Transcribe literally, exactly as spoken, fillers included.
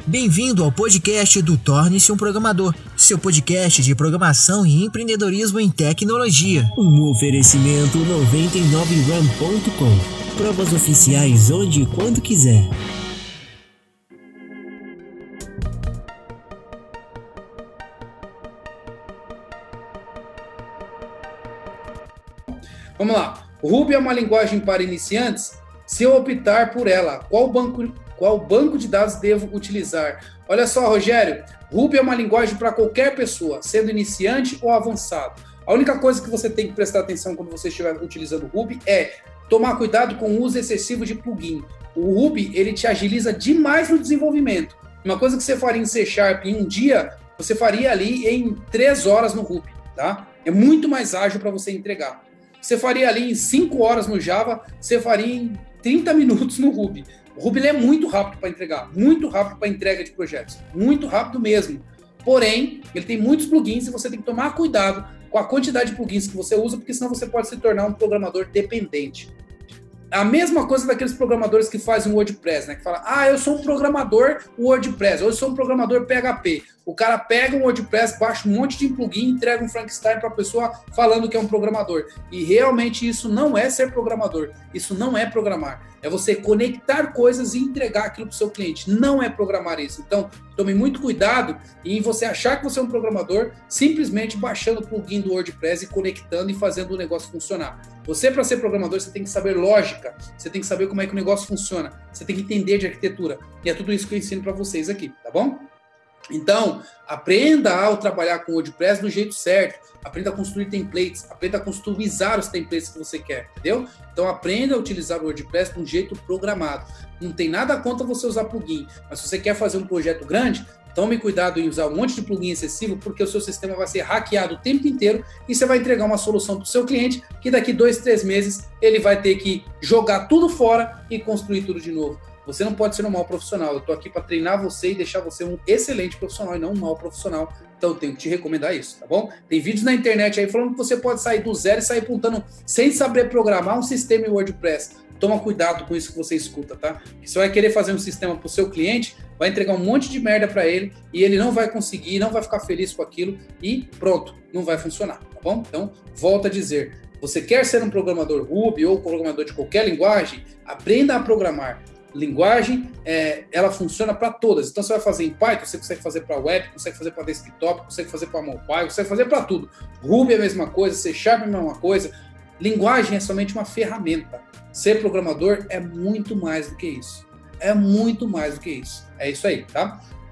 Bem-vindo ao podcast do Torne-se um Programador, seu podcast de programação e empreendedorismo em tecnologia. Um oferecimento noventa e nove ram ponto com. Provas oficiais onde e quando quiser. Vamos lá. Ruby é uma linguagem para iniciantes? Se eu optar por ela, qual banco, qual banco de dados devo utilizar? Olha só, Rogério, Ruby é uma linguagem para qualquer pessoa, sendo iniciante ou avançado. A única coisa que você tem que prestar atenção quando você estiver utilizando Ruby é tomar cuidado com o uso excessivo de plugin. O Ruby, ele te agiliza demais no desenvolvimento. Uma coisa que você faria em C Sharp em um dia, você faria ali em três horas no Ruby, tá? É muito mais ágil para você entregar. Você faria ali em cinco horas no Java, você faria em trinta minutos no Ruby. O Ruby ele é muito rápido para entregar, muito rápido para entrega de projetos, muito rápido mesmo. Porém, ele tem muitos plugins e você tem que tomar cuidado com a quantidade de plugins que você usa, porque senão você pode se tornar um programador dependente. A mesma coisa daqueles programadores que fazem o WordPress, né? Que fala, ah, eu sou um programador WordPress, ou eu sou um programador P H P. O cara pega um WordPress, baixa um monte de plugin, entrega um Frankenstein para a pessoa falando que é um programador. E realmente isso não é ser programador, isso não é programar. É você conectar coisas e entregar aquilo para o seu cliente. Não é programar isso. Então, tome muito cuidado em você achar que você é um programador simplesmente baixando o plugin do WordPress e conectando e fazendo o negócio funcionar. Você, para ser programador, você tem que saber lógica, você tem que saber como é que o negócio funciona, você tem que entender de arquitetura. E é tudo isso que eu ensino para vocês aqui, tá bom? Então, aprenda a trabalhar com o WordPress do jeito certo, aprenda a construir templates, aprenda a customizar os templates que você quer, entendeu? Então, aprenda a utilizar o WordPress de um jeito programado. Não tem nada contra você usar plugin, mas se você quer fazer um projeto grande, tome cuidado em usar um monte de plugin excessivo, porque o seu sistema vai ser hackeado o tempo inteiro e você vai entregar uma solução para o seu cliente que daqui dois, três meses ele vai ter que jogar tudo fora e construir tudo de novo. Você não pode ser um mau profissional. Eu estou aqui para treinar você e deixar você um excelente profissional e não um mau profissional. Então eu tenho que te recomendar isso, tá bom? Tem vídeos na internet aí falando que você pode sair do zero e sair apontando sem saber programar um sistema em WordPress. Toma cuidado com isso que você escuta, tá? Porque você vai querer fazer um sistema para o seu cliente, vai entregar um monte de merda para ele e ele não vai conseguir, não vai ficar feliz com aquilo e pronto, não vai funcionar, tá bom? Então, volto a dizer, você quer ser um programador Ruby ou programador de qualquer linguagem, aprenda a programar. Linguagem, é, ela funciona para todas. Então, você vai fazer em Python, você consegue fazer para web, consegue fazer para desktop, consegue fazer para mobile, consegue fazer para tudo. Ruby é a mesma coisa, C Sharp é a mesma coisa. Linguagem é somente uma ferramenta. Ser programador é muito mais do que isso. É muito mais do que isso. É isso aí, tá?